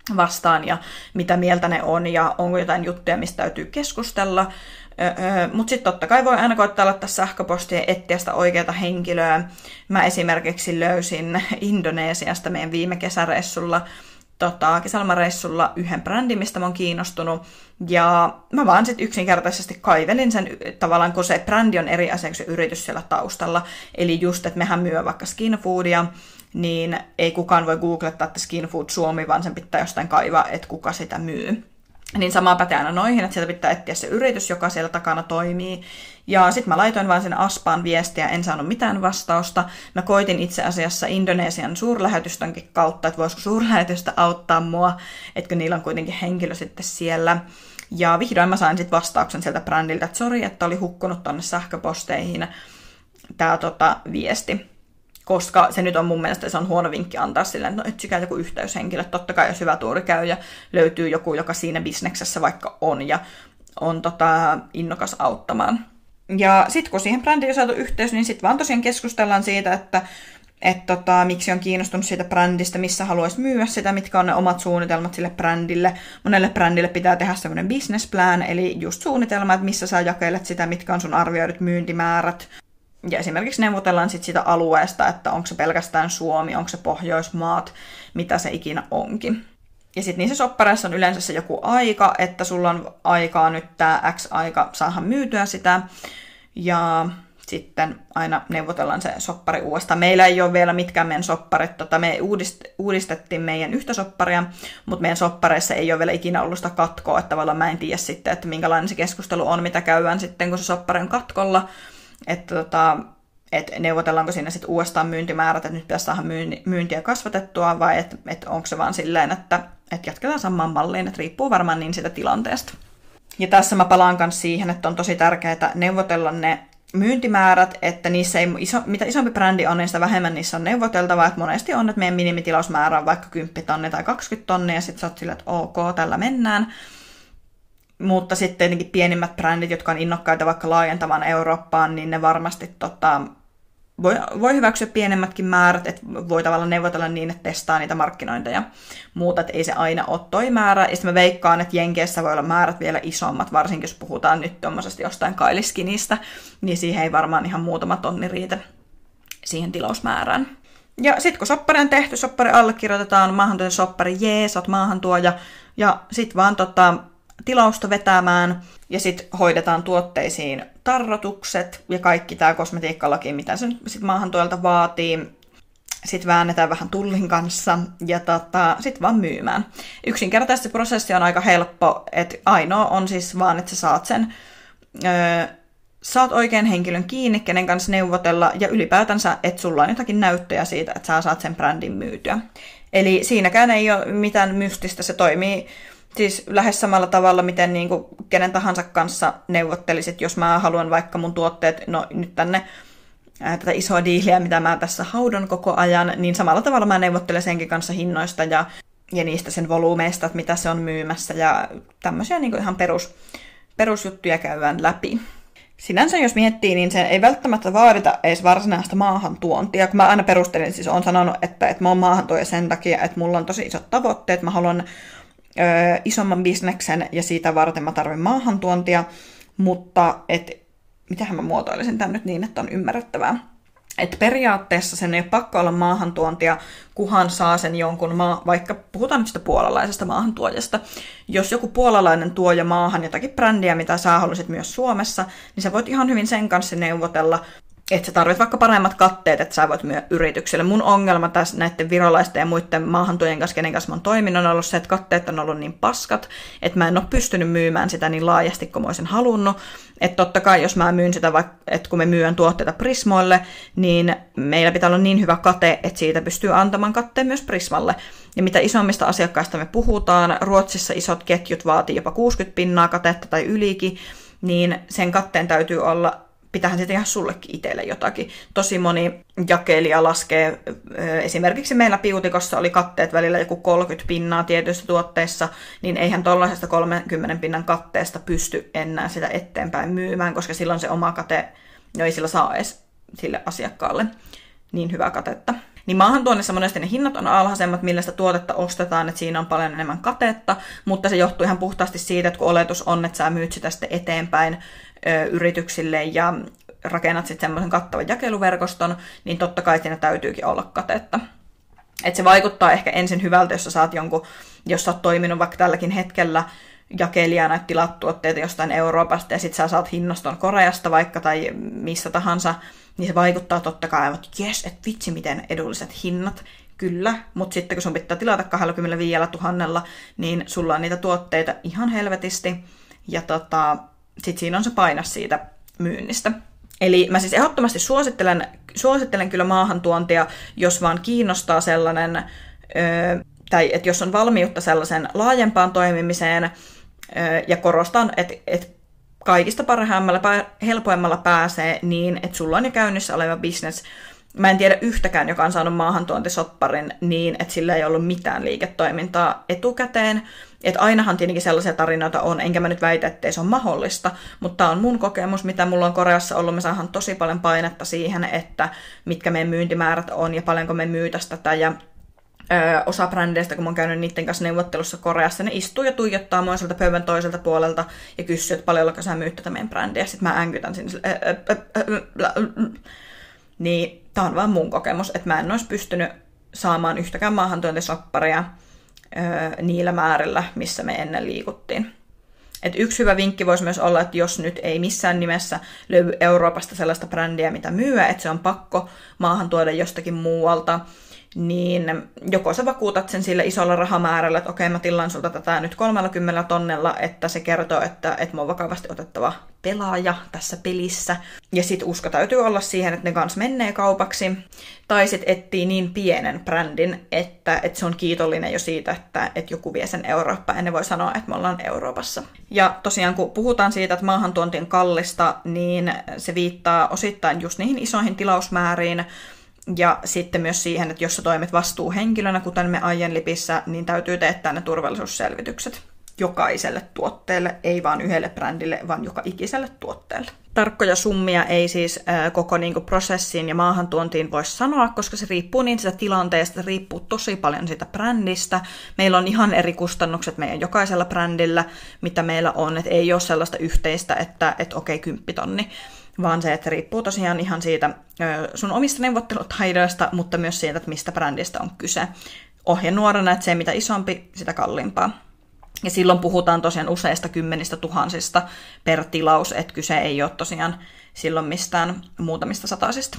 vastaan ja mitä mieltä ne on ja onko jotain juttuja, mistä täytyy keskustella. Öö, Mutta sitten totta kai voi aina koittaa laittaa sähköpostia ja etsiä sitä oikeaa henkilöä. Mä esimerkiksi löysin Indonesiasta meidän viime kesäreissulla, tota, kesälomareissulla yhden brändin, mistä mä oon kiinnostunut. Ja mä vaan sitten yksinkertaisesti kaivelin sen tavallaan, kun se brändi on eri asia kuin se yritys siellä taustalla. Eli just, että mehän myö vaikka skinfoodia, niin ei kukaan voi googlettaa, että Skinfood Suomi, vaan sen pitää jostain kaivaa, että kuka sitä myy. Niin sama pätee aina noihin, että sieltä pitää etsiä se yritys, joka siellä takana toimii. Ja sitten mä laitoin vaan sen Aspaan viestiä, en saanut mitään vastausta. Mä koitin itse asiassa Indonesian suurlähetystönkin kautta, että voisiko suurlähetystä auttaa mua, etkö niillä on kuitenkin henkilö sitten siellä. Ja vihdoin mä sain sitten vastauksen sieltä brändiltä, että sori, että oli hukkunut tonne sähköposteihin tää tota, viesti. Koska se nyt on mun mielestä se on huono vinkki antaa silleen, että no etsikää joku yhteyshenkilö. Totta kai jos hyvä tuuri käy ja löytyy joku, joka siinä bisneksessä vaikka on ja on tota, innokas auttamaan. Ja sitten kun siihen brändiin on saatu yhteys, niin sitten vaan tosiaan keskustellaan siitä, että et tota, miksi on kiinnostunut siitä brändistä, missä haluaisi myyä sitä, mitkä on ne omat suunnitelmat sille brändille. Monelle brändille pitää tehdä semmoinen business plan, eli just suunnitelma, että missä sä jakelet sitä, mitkä on sun arvioidut myyntimäärät. Ja esimerkiksi neuvotellaan sit sitä alueesta, että onko se pelkästään Suomi, onko se Pohjoismaat, mitä se ikinä onkin. Ja sitten niissä soppareissa on yleensä se joku aika, että sulla on aikaa nyt tämä X aika saada myytyä sitä. Ja sitten aina neuvotellaan se soppari uudestaan. Meillä ei ole vielä mitkään meidän sopparit. Tota, me uudist- uudistettiin meidän yhtä sopparia, mutta meidän soppareissa ei ole vielä ikinä ollut sitä katkoa. Että tavallaan mä en tiedä sitten, että minkälainen se keskustelu on, mitä käydään sitten, kun se soppari on katkolla. Että tota, et neuvotellaanko siinä sitten uudestaan myyntimäärät, että nyt pitäisi saada myyntiä kasvatettua, vai että et onko se vaan silleen, että et jatketaan samaan malliin, että riippuu varmaan niin sitä tilanteesta. Ja tässä mä palaan myös siihen, että on tosi tärkeää neuvotella ne myyntimäärät, että niissä ei, iso, mitä isompi brändi on, niin sitä vähemmän niissä on neuvoteltavaa, että monesti on, että meidän minimitilausmäärä on vaikka kymmenen tonnia tai kaksikymmentä tonnia, ja sitten sä oot silleen, että ok, tällä mennään. Mutta sitten tietenkin pienimmät brändit, jotka on innokkaita vaikka laajentamaan Eurooppaan, niin ne varmasti tota, voi, voi hyväksyä pienemmätkin määrät, että voi tavallaan neuvotella niin, että testaa niitä markkinointeja ja muuta, että ei se aina ole toi määrä. Ja sitten mä veikkaan, että Jenkeissä voi olla määrät vielä isommat, varsinkin jos puhutaan nyt tuommoisesta jostain kailiskinistä, niin siihen ei varmaan ihan muutama tonni riitä siihen tilausmäärään. Ja sitten kun soppari on tehty, soppari allekirjoitetaan, maahantuoja soppari, jee, sä oot maahantuoja, ja sitten vaan tota, tilausta vetämään ja sitten hoidetaan tuotteisiin tarrotukset ja kaikki tämä kosmetiikkalaki, mitä se nyt sit maahantuojalta vaatii. Sitten väännetään vähän tullin kanssa ja tota, sitten vaan myymään. Yksinkertaisesti prosessi on aika helppo, että ainoa on siis vaan, että sä saat sen, öö, saat oikean henkilön kiinni, kenen kanssa neuvotella ja ylipäätänsä, että sulla on jotakin näyttöjä siitä, että sä saat sen brändin myytyä. Eli siinäkään ei ole mitään mystistä, se toimii siis lähes samalla tavalla, miten niin kuin kenen tahansa kanssa neuvottelisit, jos mä haluan vaikka mun tuotteet, no nyt tänne ää, tätä isoa diiliä, mitä mä tässä haudon koko ajan, niin samalla tavalla mä neuvottelen senkin kanssa hinnoista ja, ja niistä sen volyymeista, että mitä se on myymässä ja tämmöisiä niin kuin ihan perus, perusjuttuja käydään läpi. Sinänsä jos miettii, niin se ei välttämättä vaadita edes varsinaista maahantuontia. Kun mä aina perustelin, siis olen sanonut, että, että mä oon maahantuoja sen takia, että mulla on tosi isot tavoitteet, mä haluan Öö, isomman bisneksen ja siitä varten mä tarvitsen maahantuontia, mutta et, mitähän mä muotoilisin tämän nyt niin, että on ymmärrettävää. Et periaatteessa sen ei ole pakko olla maahantuontia, kuhan saa sen jonkun maa, vaikka puhutaan nyt sitä puolalaisesta maahantuojasta. Jos joku puolalainen tuo jo maahan jotakin brändiä, mitä sä haluaisit myös Suomessa, niin sä voit ihan hyvin sen kanssa neuvotella, että sä tarvitset vaikka paremmat katteet, että sä voit myydä yritykselle. Mun ongelma tässä näiden virolaisten ja muiden maahantuojien kanssa, kenen kanssa mä oon toiminut, on ollut se, että katteet on ollut niin paskat, että mä en ole pystynyt myymään sitä niin laajasti kuin mä olisin halunnut. Että totta kai, jos mä myyn sitä, vaikka, että kun me myyn tuotteita Prismoille, niin meillä pitää olla niin hyvä kate, että siitä pystyy antamaan katteen myös Prismalle. Ja mitä isommista asiakkaista me puhutaan, Ruotsissa isot ketjut vaatii jopa kuusikymmentä pinnaa katetta tai ylikin, niin sen katteen täytyy olla, pitäähän se tehdä sullekin itselle jotakin. Tosi moni jakelija laskee, esimerkiksi meillä Piutikossa oli katteet välillä joku kolmekymmentä pinnaa tietyissä tuotteissa, niin eihän tuollaisesta kolmenkymmenen pinnan katteesta pysty enää sitä eteenpäin myymään, koska silloin se oma kate, no ei sillä saa edes sille asiakkaalle niin hyvää katetta. Niin maahantuonnissa monesti ne hinnat on alhaisemmat, millä sitä tuotetta ostetaan, että siinä on paljon enemmän katetta, mutta se johtuu ihan puhtaasti siitä, että kun oletus on, että sä myyt sitä sitten eteenpäin ö, yrityksille ja rakennat sitten semmoisen kattavan jakeluverkoston, niin totta kai siinä täytyykin olla katetta. Että se vaikuttaa ehkä ensin hyvältä, jos sä saat jonkun, jos sä oot toiminut vaikka tälläkin hetkellä jakelijana, että tilaat tuotteita jostain Euroopasta ja sit sä saat hinnaston Koreasta vaikka tai missä tahansa, niin se vaikuttaa totta kai, että jes, että vitsi miten edulliset hinnat. Kyllä, mutta sitten kun sun pitää tilata kaksikymmentäviisi tuhatta, niin sulla on niitä tuotteita ihan helvetisti ja tota, sit siinä on se paina siitä myynnistä. Eli mä siis ehdottomasti suosittelen, suosittelen kyllä maahantuontia, jos vaan kiinnostaa sellainen, öö, tai että jos on valmiutta sellaisen laajempaan toimimiseen, öö, ja korostan, että, että kaikista parhaimmalla, helpoimmalla pääsee niin, että sulla on jo käynnissä oleva business. Mä en tiedä yhtäkään, joka on saanut maahantuontisopparin niin, että sillä ei ollut mitään liiketoimintaa etukäteen. Että ainahan tietenkin sellaisia tarinoita on, enkä mä nyt väitä, ettei se ole mahdollista, mutta tämä on mun kokemus, mitä mulla on Koreassa ollut. Me saadaan tosi paljon painetta siihen, että mitkä meidän myyntimäärät on ja paljonko me myytäisiin tätä. Ja ö, osa brändeistä, kun mä oon käynyt niiden kanssa neuvottelussa Koreassa, ne istuu ja tuijottaa mua sieltä pöydän toiselta puolelta ja kysyy, että paljonko sä myyt tätä meidän brändiä. Sitten mä änkytän sinne. Niin tää on vaan mun kokemus, että mä en olisi pystynyt saamaan yhtäkään maahantuontisopparia öö, niillä määrillä, missä me ennen liikuttiin. Et yksi hyvä vinkki voisi myös olla, että jos nyt ei missään nimessä löydy Euroopasta sellaista brändiä, mitä myyä, että se on pakko maahan tuoda jostakin muualta, niin joko sä vakuutat sen sille isolla rahamäärällä, että okei, mä tilaan sulta tätä nyt kolmellakymmenellä tonnella, että se kertoo, että, että mä oon vakavasti otettava pelaaja tässä pelissä. Ja sit usko täytyy olla siihen, että ne kans menee kaupaksi. Tai sit etsii niin pienen brändin, että, että se on kiitollinen jo siitä, että, että joku vie sen Eurooppaan. Ja ne voi sanoa, että me ollaan Euroopassa. Ja tosiaan kun puhutaan siitä, että maahantuonti on kallista, niin se viittaa osittain just niihin isoihin tilausmääriin. Ja sitten myös siihen, että jos sä toimit vastuuhenkilönä, kuten me Aienlipissä, niin täytyy teettää ne turvallisuusselvitykset jokaiselle tuotteelle, ei vaan yhdelle brändille, vaan joka ikiselle tuotteelle. Tarkkoja summia ei siis äh, koko niin kuin prosessiin ja maahantuontiin voi sanoa, koska se riippuu niin sitä tilanteesta, se riippuu tosi paljon siitä brändistä. Meillä on ihan eri kustannukset meidän jokaisella brändillä, mitä meillä on, että ei ole sellaista yhteistä, että, että okei, kymppitonni. Vaan se, että riippuu tosiaan ihan siitä sun omista neuvottelutaidoista, mutta myös siitä, että mistä brändistä on kyse. Ohjenuorana, että se mitä isompi, sitä kalliimpaa. Ja silloin puhutaan tosiaan useista kymmenistä tuhansista per tilaus, että kyse ei ole tosiaan silloin mistään muutamista satasista.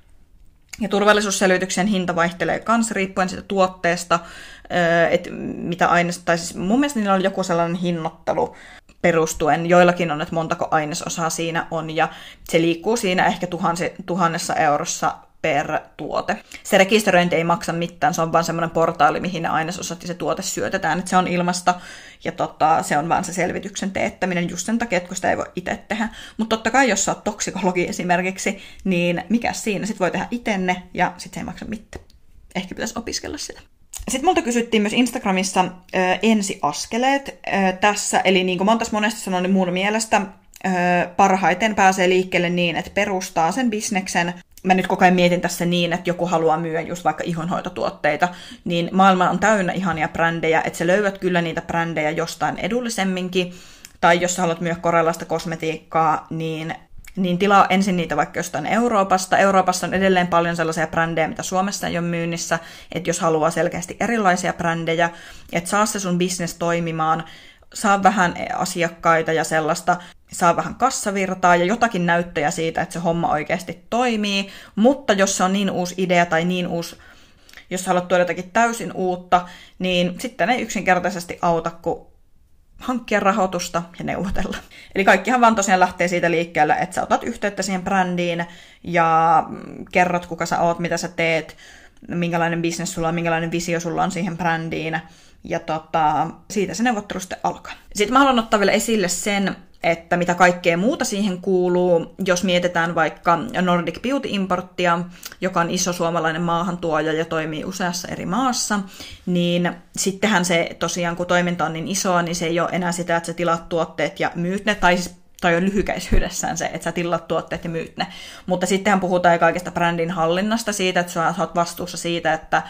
Ja turvallisuusselvityksen hinta vaihtelee myös riippuen siitä tuotteesta, että mitä aineista, tai siis mun mielestä niillä on joku sellainen hinnoittelu perustuen. Joillakin on, että montako ainesosaa siinä on, ja se liikkuu siinä ehkä tuhansi, tuhannessa eurossa per tuote. Se rekisteröinti ei maksa mitään, se on vaan semmoinen portaali, mihin ne ainesosat ja se tuote syötetään, että se on ilmasta, ja tota, se on vaan se selvityksen teettäminen just sen takia, että kun sitä ei voi itse tehdä. Mutta totta kai, jos sä oot toksikologi esimerkiksi, niin mikä siinä? Sitten voi tehdä itenne, ja sitten se ei maksa mitään. Ehkä pitäisi opiskella sitä. Sitten multa kysyttiin myös Instagramissa ö, ensiaskeleet ö, tässä, eli niin kuin mä oon tässä monesti sanonut, niin mun mielestä ö, parhaiten pääsee liikkeelle niin, että perustaa sen bisneksen. Mä nyt koko ajan mietin tässä niin, että joku haluaa myyä just vaikka ihonhoitotuotteita, niin maailma on täynnä ihania brändejä, että sä löydät kyllä niitä brändejä jostain edullisemminkin, tai jos sä haluat myydä korealaista kosmetiikkaa, niin niin tilaa ensin niitä vaikka jostain Euroopasta. Euroopassa on edelleen paljon sellaisia brändejä, mitä Suomessa ei ole myynnissä, että jos haluaa selkeästi erilaisia brändejä, että saa se sun business toimimaan, saa vähän asiakkaita ja sellaista, saa vähän kassavirtaa ja jotakin näyttöjä siitä, että se homma oikeasti toimii, mutta jos se on niin uusi idea tai niin uusi, jos haluat tuoda jotakin täysin uutta, niin sitten ei yksinkertaisesti auta, kun hankkia rahoitusta ja neuvotella. Eli kaikkihan vaan tosiaan lähtee siitä liikkeelle, että sä otat yhteyttä siihen brändiin ja kerrot, kuka sä oot, mitä sä teet, minkälainen business sulla on, minkälainen visio sulla on siihen brändiin. Ja tota, siitä se neuvottelu sitten alkaa. Sitten mä haluan ottaa vielä esille sen, että mitä kaikkea muuta siihen kuuluu, jos mietitään vaikka Nordic Beauty Importtia, joka on iso suomalainen maahantuoja ja toimii useassa eri maassa, niin sittenhän se tosiaan, kun toiminta on niin isoa, niin se ei ole enää sitä, että sä tilaat tuotteet ja myyt ne, tai siis tai on lyhykäisyydessään se, että sä tilaat tuotteet ja myyt ne. Mutta sittenhän puhutaan kaikesta brändin hallinnasta siitä, että sä oot vastuussa siitä, että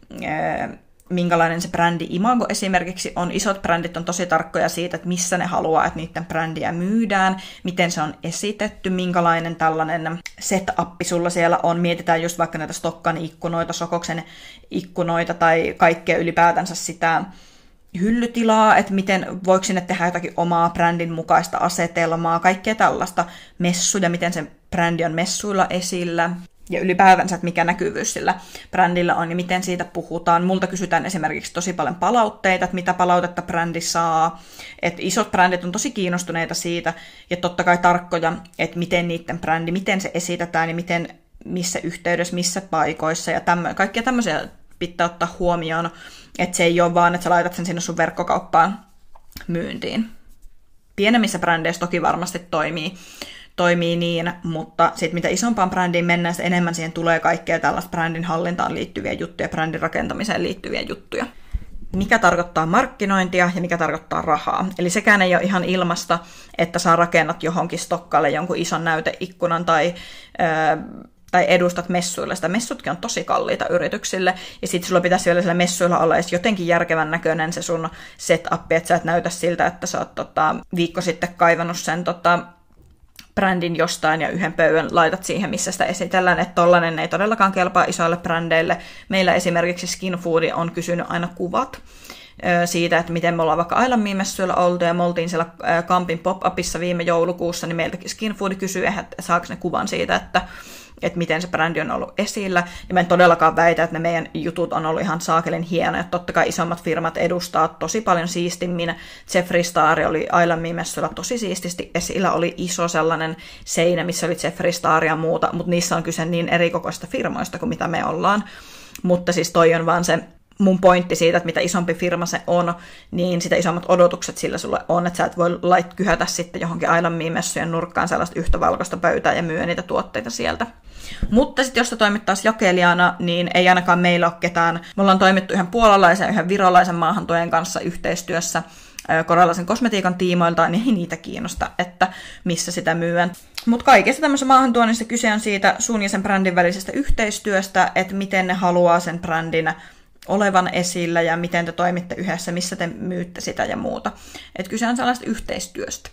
ee, minkälainen se brändi-imago esimerkiksi on. Isot brändit on tosi tarkkoja siitä, että missä ne haluaa, että niiden brändiä myydään, miten se on esitetty, minkälainen tällainen set-appi sulla siellä on. Mietitään just vaikka näitä Stokkan ikkunoita, Sokoksen ikkunoita tai kaikkea ylipäätänsä sitä hyllytilaa, että miten voiko sinne tehdä jotakin omaa brändin mukaista asetelmaa, kaikkea tällaista, messuja, miten se brändi on messuilla esillä. Ja ylipäätänsä, että mikä näkyvyys sillä brändillä on ja miten siitä puhutaan. Multa kysytään esimerkiksi tosi paljon palautteita, että mitä palautetta brändi saa. Että isot brändit on tosi kiinnostuneita siitä ja totta kai tarkkoja, että miten niiden brändi, miten se esitetään ja miten, missä yhteydessä, missä paikoissa ja tämmö, kaikkia tämmöisiä pitää ottaa huomioon. Että se ei ole vaan, että sä laitat sen sinne sun verkkokauppaan myyntiin. Pienemmissä brändeissä toki varmasti toimii. toimii niin, mutta sitten mitä isompaan brändiin mennään, sitä enemmän siihen tulee kaikkea tällaista brändin hallintaan liittyviä juttuja, brändin rakentamiseen liittyviä juttuja. Mikä tarkoittaa markkinointia ja mikä tarkoittaa rahaa. Eli sekään ei ole ihan ilmasta, että saa rakennat johonkin Stokkalle jonkun ison näyteikkunan tai, öö, tai edustat messuille. Sitä messutkin on tosi kalliita yrityksille, ja sitten sulla pitäisi vielä siellä messuilla olla edes jotenkin järkevän näköinen se sun setup, että sä et näytä siltä, että sä oot tota, viikko sitten kaivannut sen tota, brändin jostain ja yhden pöydän laitat siihen, missä sitä esitellään, että tollainen ei todellakaan kelpaa isoille brändeille. Meillä esimerkiksi Skinfood on kysynyt aina kuvat siitä, että miten me ollaan vaikka Island Me-messuilla oltu, ja me oltiin siellä Kampin pop-upissa viime joulukuussa, niin meiltäkin Skinfood kysyy, että saako ne kuvan siitä, että että miten se brändi on ollut esillä. Ja mä en todellakaan väitä, että ne meidän jutut on ollut ihan saakelin hienoja. Totta kai isommat firmat edustaa tosi paljon siistimmin. Jeffree Star oli Island Me-messuilla tosi siististi esillä. Oli iso sellainen seinä, missä oli Jeffree Star ja muuta, mutta niissä on kyse niin erikokoista firmoista kuin mitä me ollaan. Mutta siis toi on vaan se mun pointti siitä, että mitä isompi firma se on, niin sitä isommat odotukset sillä sulle on, että sä et voi lait kyhätä sitten johonkin Island Me-messujen nurkkaan sellaista yhtä valkoista pöytää ja myö niitä tuotteita sieltä. Mutta sitten jos sä toimittaisi jakelijana, niin ei ainakaan meillä ole ketään. Me ollaan toimittu yhden puolalaisen ja yhden virolaisen maahantuojan kanssa yhteistyössä korealaisen kosmetiikan tiimoilta, niin ei niitä kiinnosta, että missä sitä myydään. Mutta kaikessa tämmöisessä maahantuonnissa kyse on siitä sun ja sen brändin välisestä yhteistyöstä, että miten ne haluaa sen brändin olevan esillä ja miten te toimitte yhdessä, missä te myytte sitä ja muuta. Että kyse on sellaista yhteistyöstä.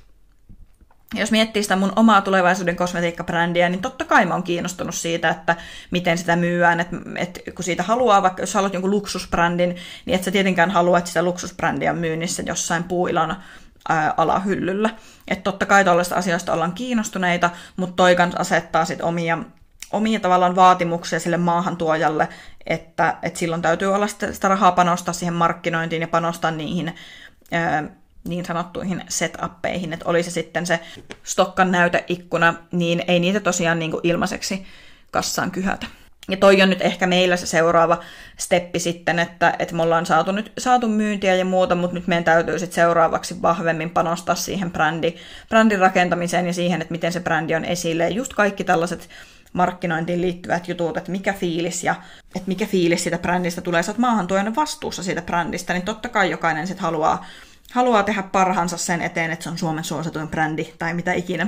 Jos miettii sitä mun omaa tulevaisuuden kosmetiikkabrändiä, niin totta kai mä oon kiinnostunut siitä, että miten sitä myyään. Että et, kun siitä haluaa, vaikka jos haluat jonkun luksusbrändin, niin et sä tietenkään halua, että sitä luksusbrändiä on myynnissä jossain puuilon ää, alahyllyllä. Että totta kai tällaista asioista ollaan kiinnostuneita, mutta toi kans asettaa sit omia, omia tavallaan vaatimuksia sille maahantuojalle, että et silloin täytyy olla sitä, sitä rahaa panostaa siihen markkinointiin ja panostaa niihin ää, niin sanottuihin setuppeihin, että oli se sitten se Stokkan näyteikkuna, niin ei niitä tosiaan niin kuin ilmaiseksi kassaan kyhätä. Ja toi on nyt ehkä meillä se seuraava steppi sitten, että, että me ollaan saatu, nyt, saatu myyntiä ja muuta, mutta nyt meidän täytyy sitten seuraavaksi vahvemmin panostaa siihen brändi, brändin rakentamiseen ja siihen, että miten se brändi on esille. Ja just kaikki tällaiset markkinointiin liittyvät jutut, että mikä fiilis ja että mikä fiilis siitä brändistä tulee. Sä oot maahantuojana vastuussa siitä brändistä, niin totta kai jokainen sitten haluaa Haluaa tehdä parhaansa sen eteen, että se on Suomen suosituin brändi tai mitä ikinä,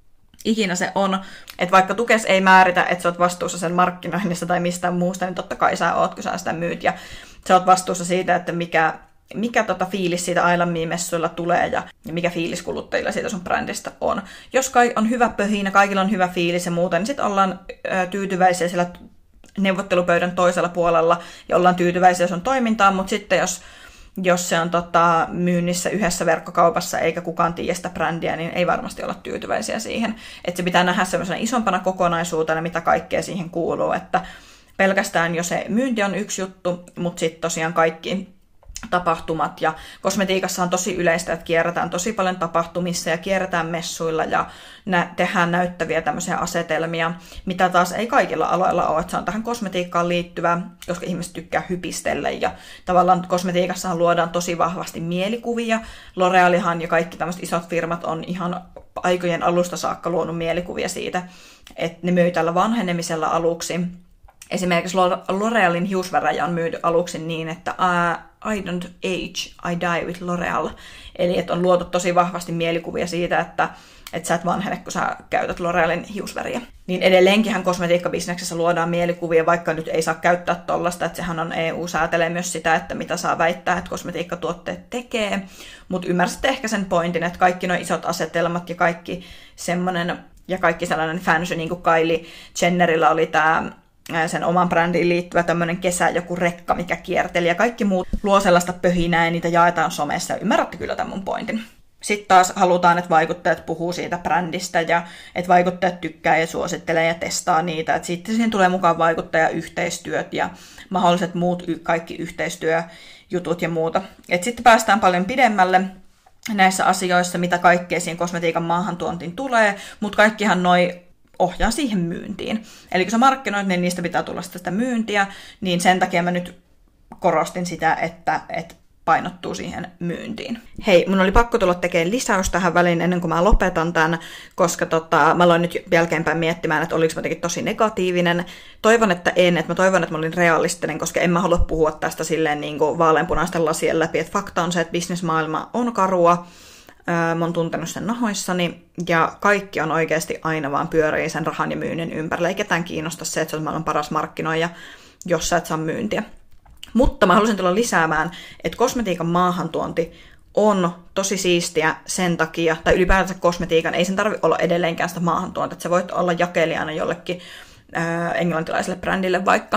ikinä se on. Että vaikka Tukes ei määritä, että sä oot vastuussa sen markkinoinnista tai mistään muusta, niin totta kai sä oot, kun sä sitä myyt. Ja sä oot vastuussa siitä, että mikä, mikä tota fiilis siitä Island Me-messuilla tulee ja, ja mikä fiilis kuluttajilla siitä sun brändistä on. Jos kai on hyvä pöhinä, kaikilla on hyvä fiilis ja muuta, niin sitten ollaan ö, tyytyväisiä siellä neuvottelupöydän toisella puolella ja ollaan tyytyväisiä sun toimintaan, mutta sitten jos Jos se on tota, myynnissä yhdessä verkkokaupassa eikä kukaan tiedä sitä brändiä, niin ei varmasti olla tyytyväisiä siihen. Että se pitää nähdä semmoisena isompana kokonaisuutena, mitä kaikkea siihen kuuluu. Että pelkästään jo se myynti on yksi juttu, mutta sitten tosiaan kaikki tapahtumat. Ja kosmetiikassa on tosi yleistä, että kierretään tosi paljon tapahtumissa ja kierretään messuilla ja nä- tehdään näyttäviä tämmöisiä asetelmia, mitä taas ei kaikilla aloilla ole. Että se on tähän kosmetiikkaan liittyvä, koska ihmiset tykkää hypistellä ja tavallaan kosmetiikassahan luodaan tosi vahvasti mielikuvia. L'Orealihan ja kaikki tämmöiset isot firmat on ihan aikojen alusta saakka luonut mielikuvia siitä, että ne myy tällä vanhenemisella aluksi. esimerkiksi L'Orealin hiusväräjä on myyty aluksi niin, että uh, I don't age, I die with L'Oreal. Eli että on luotu tosi vahvasti mielikuvia siitä, että että sä et vanhene, kun sä käytät L'Orealin hiusväriä. Niin edelleenkinhän kosmetiikkabisneksessä luodaan mielikuvia, vaikka nyt ei saa käyttää tollasta, että sehän on E U säätelee myös sitä, että mitä saa väittää, että kosmetiikkatuotteet tekee. Mutta ymmärsitte ehkä sen pointin, että kaikki nuo isot asetelmat ja kaikki semmoinen, ja kaikki sellainen fancy, niin kuin Kylie Jennerillä oli tämä sen oman brändiin liittyvä tämmöinen kesä joku rekka, mikä kierteli, ja kaikki muut luo sellaista pöhinää, ja niitä jaetaan somessa. Ymmärrätte kyllä tämän mun pointin. Sitten taas halutaan, että vaikuttajat puhuu siitä brändistä ja että vaikuttajat tykkää ja suosittelee ja testaa niitä. Et sitten siihen tulee mukaan vaikuttajayhteistyöt ja mahdolliset muut kaikki yhteistyöjutut ja muuta. Et sitten päästään paljon pidemmälle näissä asioissa, mitä kaikkea siihen kosmetiikan maahantuontiin tulee, mutta kaikkihan noi ohjaa siihen myyntiin. Eli kun sä markkinoit, niin niistä pitää tulla sitä myyntiä, niin sen takia mä nyt korostin sitä, että, että painottuu siihen myyntiin. Hei, mun oli pakko tulla tekemään lisäys tähän väliin ennen kuin mä lopetan tämän, koska tota, mä aloin nyt jälkeenpäin miettimään, että oliko mä jotenkin tosi negatiivinen. Toivon, että en, että mä toivon, että mä olin realistinen, koska en mä halua puhua tästä silleen niin kuin vaaleanpunaisten lasien läpi, että fakta on se, että bisnesmaailma on karua, mä oon tuntenut sen nahoissani, ja kaikki on oikeasti aina vaan pyörii sen rahan ja myynnin ympärillä. Ei ketään kiinnosta se, että se on maailman paras markkinoija, jos sä et saa myyntiä. Mutta mä halusin tulla lisäämään, että kosmetiikan maahantuonti on tosi siistiä sen takia, tai ylipäätänsä kosmetiikan, ei sen tarvitse olla edelleenkään sitä maahantuontia, että sä voit olla jakelijana jollekin ää, englantilaiselle brändille vaikka,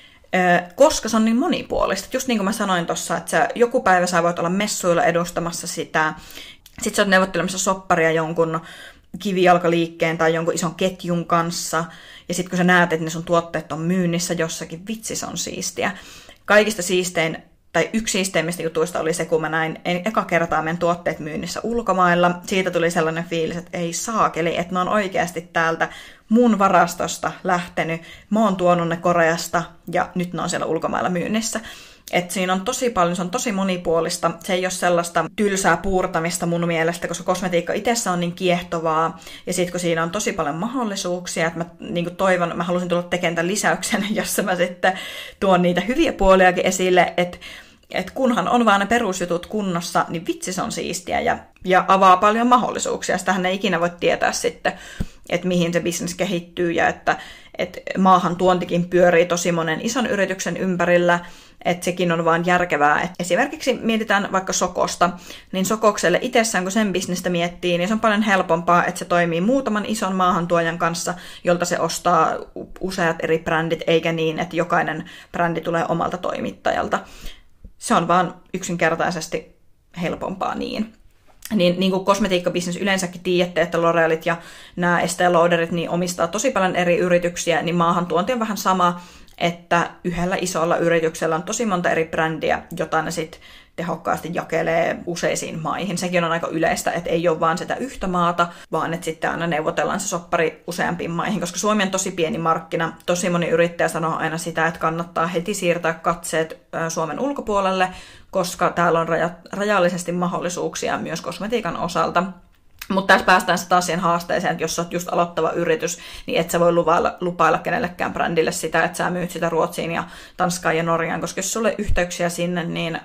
ää, koska se on niin monipuolista. Just niin kuin mä sanoin tuossa, että sä, joku päivä sä voit olla messuilla edustamassa sitä, sit sä oot neuvottelemassa sopparia jonkun kivijalkaliikkeen tai jonkun ison ketjun kanssa, ja sit kun sä näet, että ne sun tuotteet on myynnissä jossakin, vitsi se on siistiä. Kaikista siistein, tai yksi siisteimmistä jutuista oli se, kun mä näin eka kertaa meidän tuotteet myynnissä ulkomailla. Siitä tuli sellainen fiilis, että ei saakeli, että ne on oikeasti täältä mun varastosta lähtenyt. Mä oon tuonut ne Koreasta ja nyt ne on siellä ulkomailla myynnissä. Et siinä on tosi paljon, se on tosi monipuolista. Se ei ole sellaista tylsää puurtamista mun mielestä, koska kosmetiikka itsessä on niin kiehtovaa. Ja sitten kun siinä on tosi paljon mahdollisuuksia, että mä niin toivon, mä halusin tulla tekemään tämän lisäyksen, jossa mä sitten tuon niitä hyviä puoliakin esille, että et kunhan on vaan ne perusjutut kunnossa, niin vitsi se on siistiä ja, ja avaa paljon mahdollisuuksia. Sitähän ei ikinä voi tietää sitten, että mihin se business kehittyy ja että et maahan tuontikin pyörii tosi monen ison yrityksen ympärillä, että sekin on vaan järkevää. Et esimerkiksi mietitään vaikka Sokosta, niin Sokokselle itsessään, kun sen bisnestä miettii, niin se on paljon helpompaa, että se toimii muutaman ison maahantuojan kanssa, jolta se ostaa useat eri brändit, eikä niin, että jokainen brändi tulee omalta toimittajalta. Se on vaan yksinkertaisesti helpompaa niin. Niin, niin kuin kosmetiikkabisnes yleensäkin tiedätte, että L'Orealit ja nämä Estée Lauderit niin omistaa tosi paljon eri yrityksiä, niin maahantuonti on vähän sama, että yhdellä isolla yrityksellä on tosi monta eri brändiä, jota ne sitten tehokkaasti jakelee useisiin maihin. Sekin on aika yleistä, että ei ole vaan sitä yhtä maata, vaan että sitten aina neuvotellaan se soppari useampiin maihin, koska Suomi on tosi pieni markkina. Tosi moni yrittäjä sanoo aina sitä, että kannattaa heti siirtää katseet Suomen ulkopuolelle, koska täällä on raja- rajallisesti mahdollisuuksia myös kosmetiikan osalta. Mutta tässä päästään se taas siihen haasteeseen, että jos sä oot just aloittava yritys, niin et sä voi lupailla, lupailla kenellekään brändille sitä, että sä myyt sitä Ruotsiin ja Tanskaan ja Norjaan, koska jos sulle yhteyksiä sinne, niin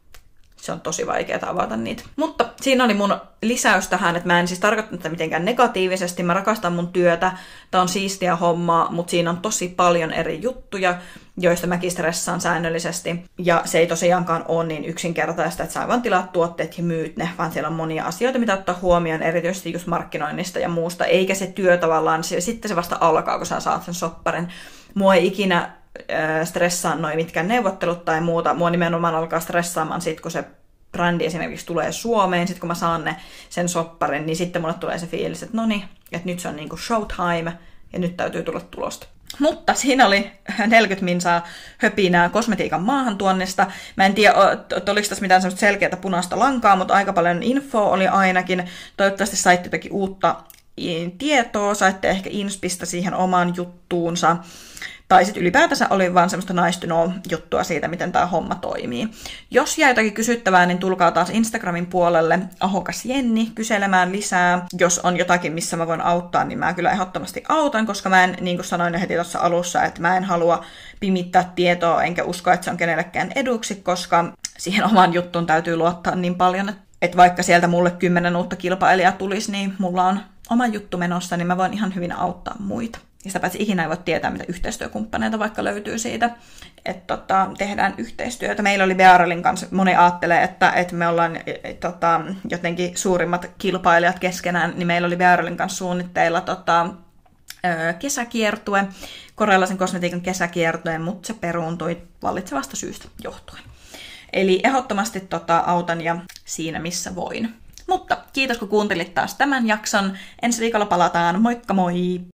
se on tosi vaikeaa avata niitä. Mutta siinä oli mun lisäys tähän, että mä en siis tarkoittanut tätä mitenkään negatiivisesti. Mä rakastan mun työtä, tää on siistiä hommaa, mutta siinä on tosi paljon eri juttuja, joista mäkin stressaan säännöllisesti. Ja se ei tosiaankaan ole niin yksinkertaista, että sä vaan tilaat tuotteet ja myyt ne, vaan siellä on monia asioita, mitä ottaa huomioon, erityisesti just markkinoinnista ja muusta. Eikä se työ tavallaan, sitten se vasta alkaa, kun sä saat sen sopparin. Mua ei ikinä stressaa noin mitkään neuvottelut tai muuta. Mua nimenomaan alkaa stressaamaan sit, kun se brändi esimerkiksi tulee Suomeen, sit kun mä saan ne, sen sopparin, niin sitten mulle tulee se fiilis, että no niin, että nyt se on niinku showtime ja nyt täytyy tulla tulosta. Mutta siinä oli neljäkymmentä minsaa höpinää kosmetiikan maahantuonnista. Mä en tiedä, oliko tässä mitään semmoista selkeää punaista lankaa, mutta aika paljon infoa oli ainakin. Toivottavasti saitte jotakin uutta tietoa, saitte ehkä inspistä siihen omaan juttuunsa. Tai sitten ylipäätänsä oli vaan semmoista nice to know juttua siitä, miten tämä homma toimii. Jos jää jotakin kysyttävää, niin tulkaa taas Instagramin puolelle Ahokas Jenni kyselemään lisää. Jos on jotakin, missä mä voin auttaa, niin mä kyllä ehdottomasti autan, koska mä en, niin kuin sanoin heti tuossa alussa, että mä en halua pimittää tietoa, enkä usko, että se on kenellekään eduksi, koska siihen omaan juttuun täytyy luottaa niin paljon, että vaikka sieltä mulle kymmenen uutta kilpailijaa tulisi, niin mulla on oma juttu menossa, niin mä voin ihan hyvin auttaa muita. Ja sitä paitsi ikinä ei voi tietää, mitä yhteistyökumppaneita vaikka löytyy siitä, että tota, tehdään yhteistyötä. Meillä oli Bearelin kanssa, moni ajattelee, että, että me ollaan tota, jotenkin suurimmat kilpailijat keskenään, niin meillä oli Bearelin kanssa suunnitteilla tota, kesäkiertue, korealaisen kosmetiikan kesäkiertue, mutta se peruuntui vallitsevasta syystä johtuen. Eli ehdottomasti tota, autan ja siinä missä voin. Mutta kiitos kun kuuntelit taas tämän jakson. Ensi viikolla palataan. Moikka moi!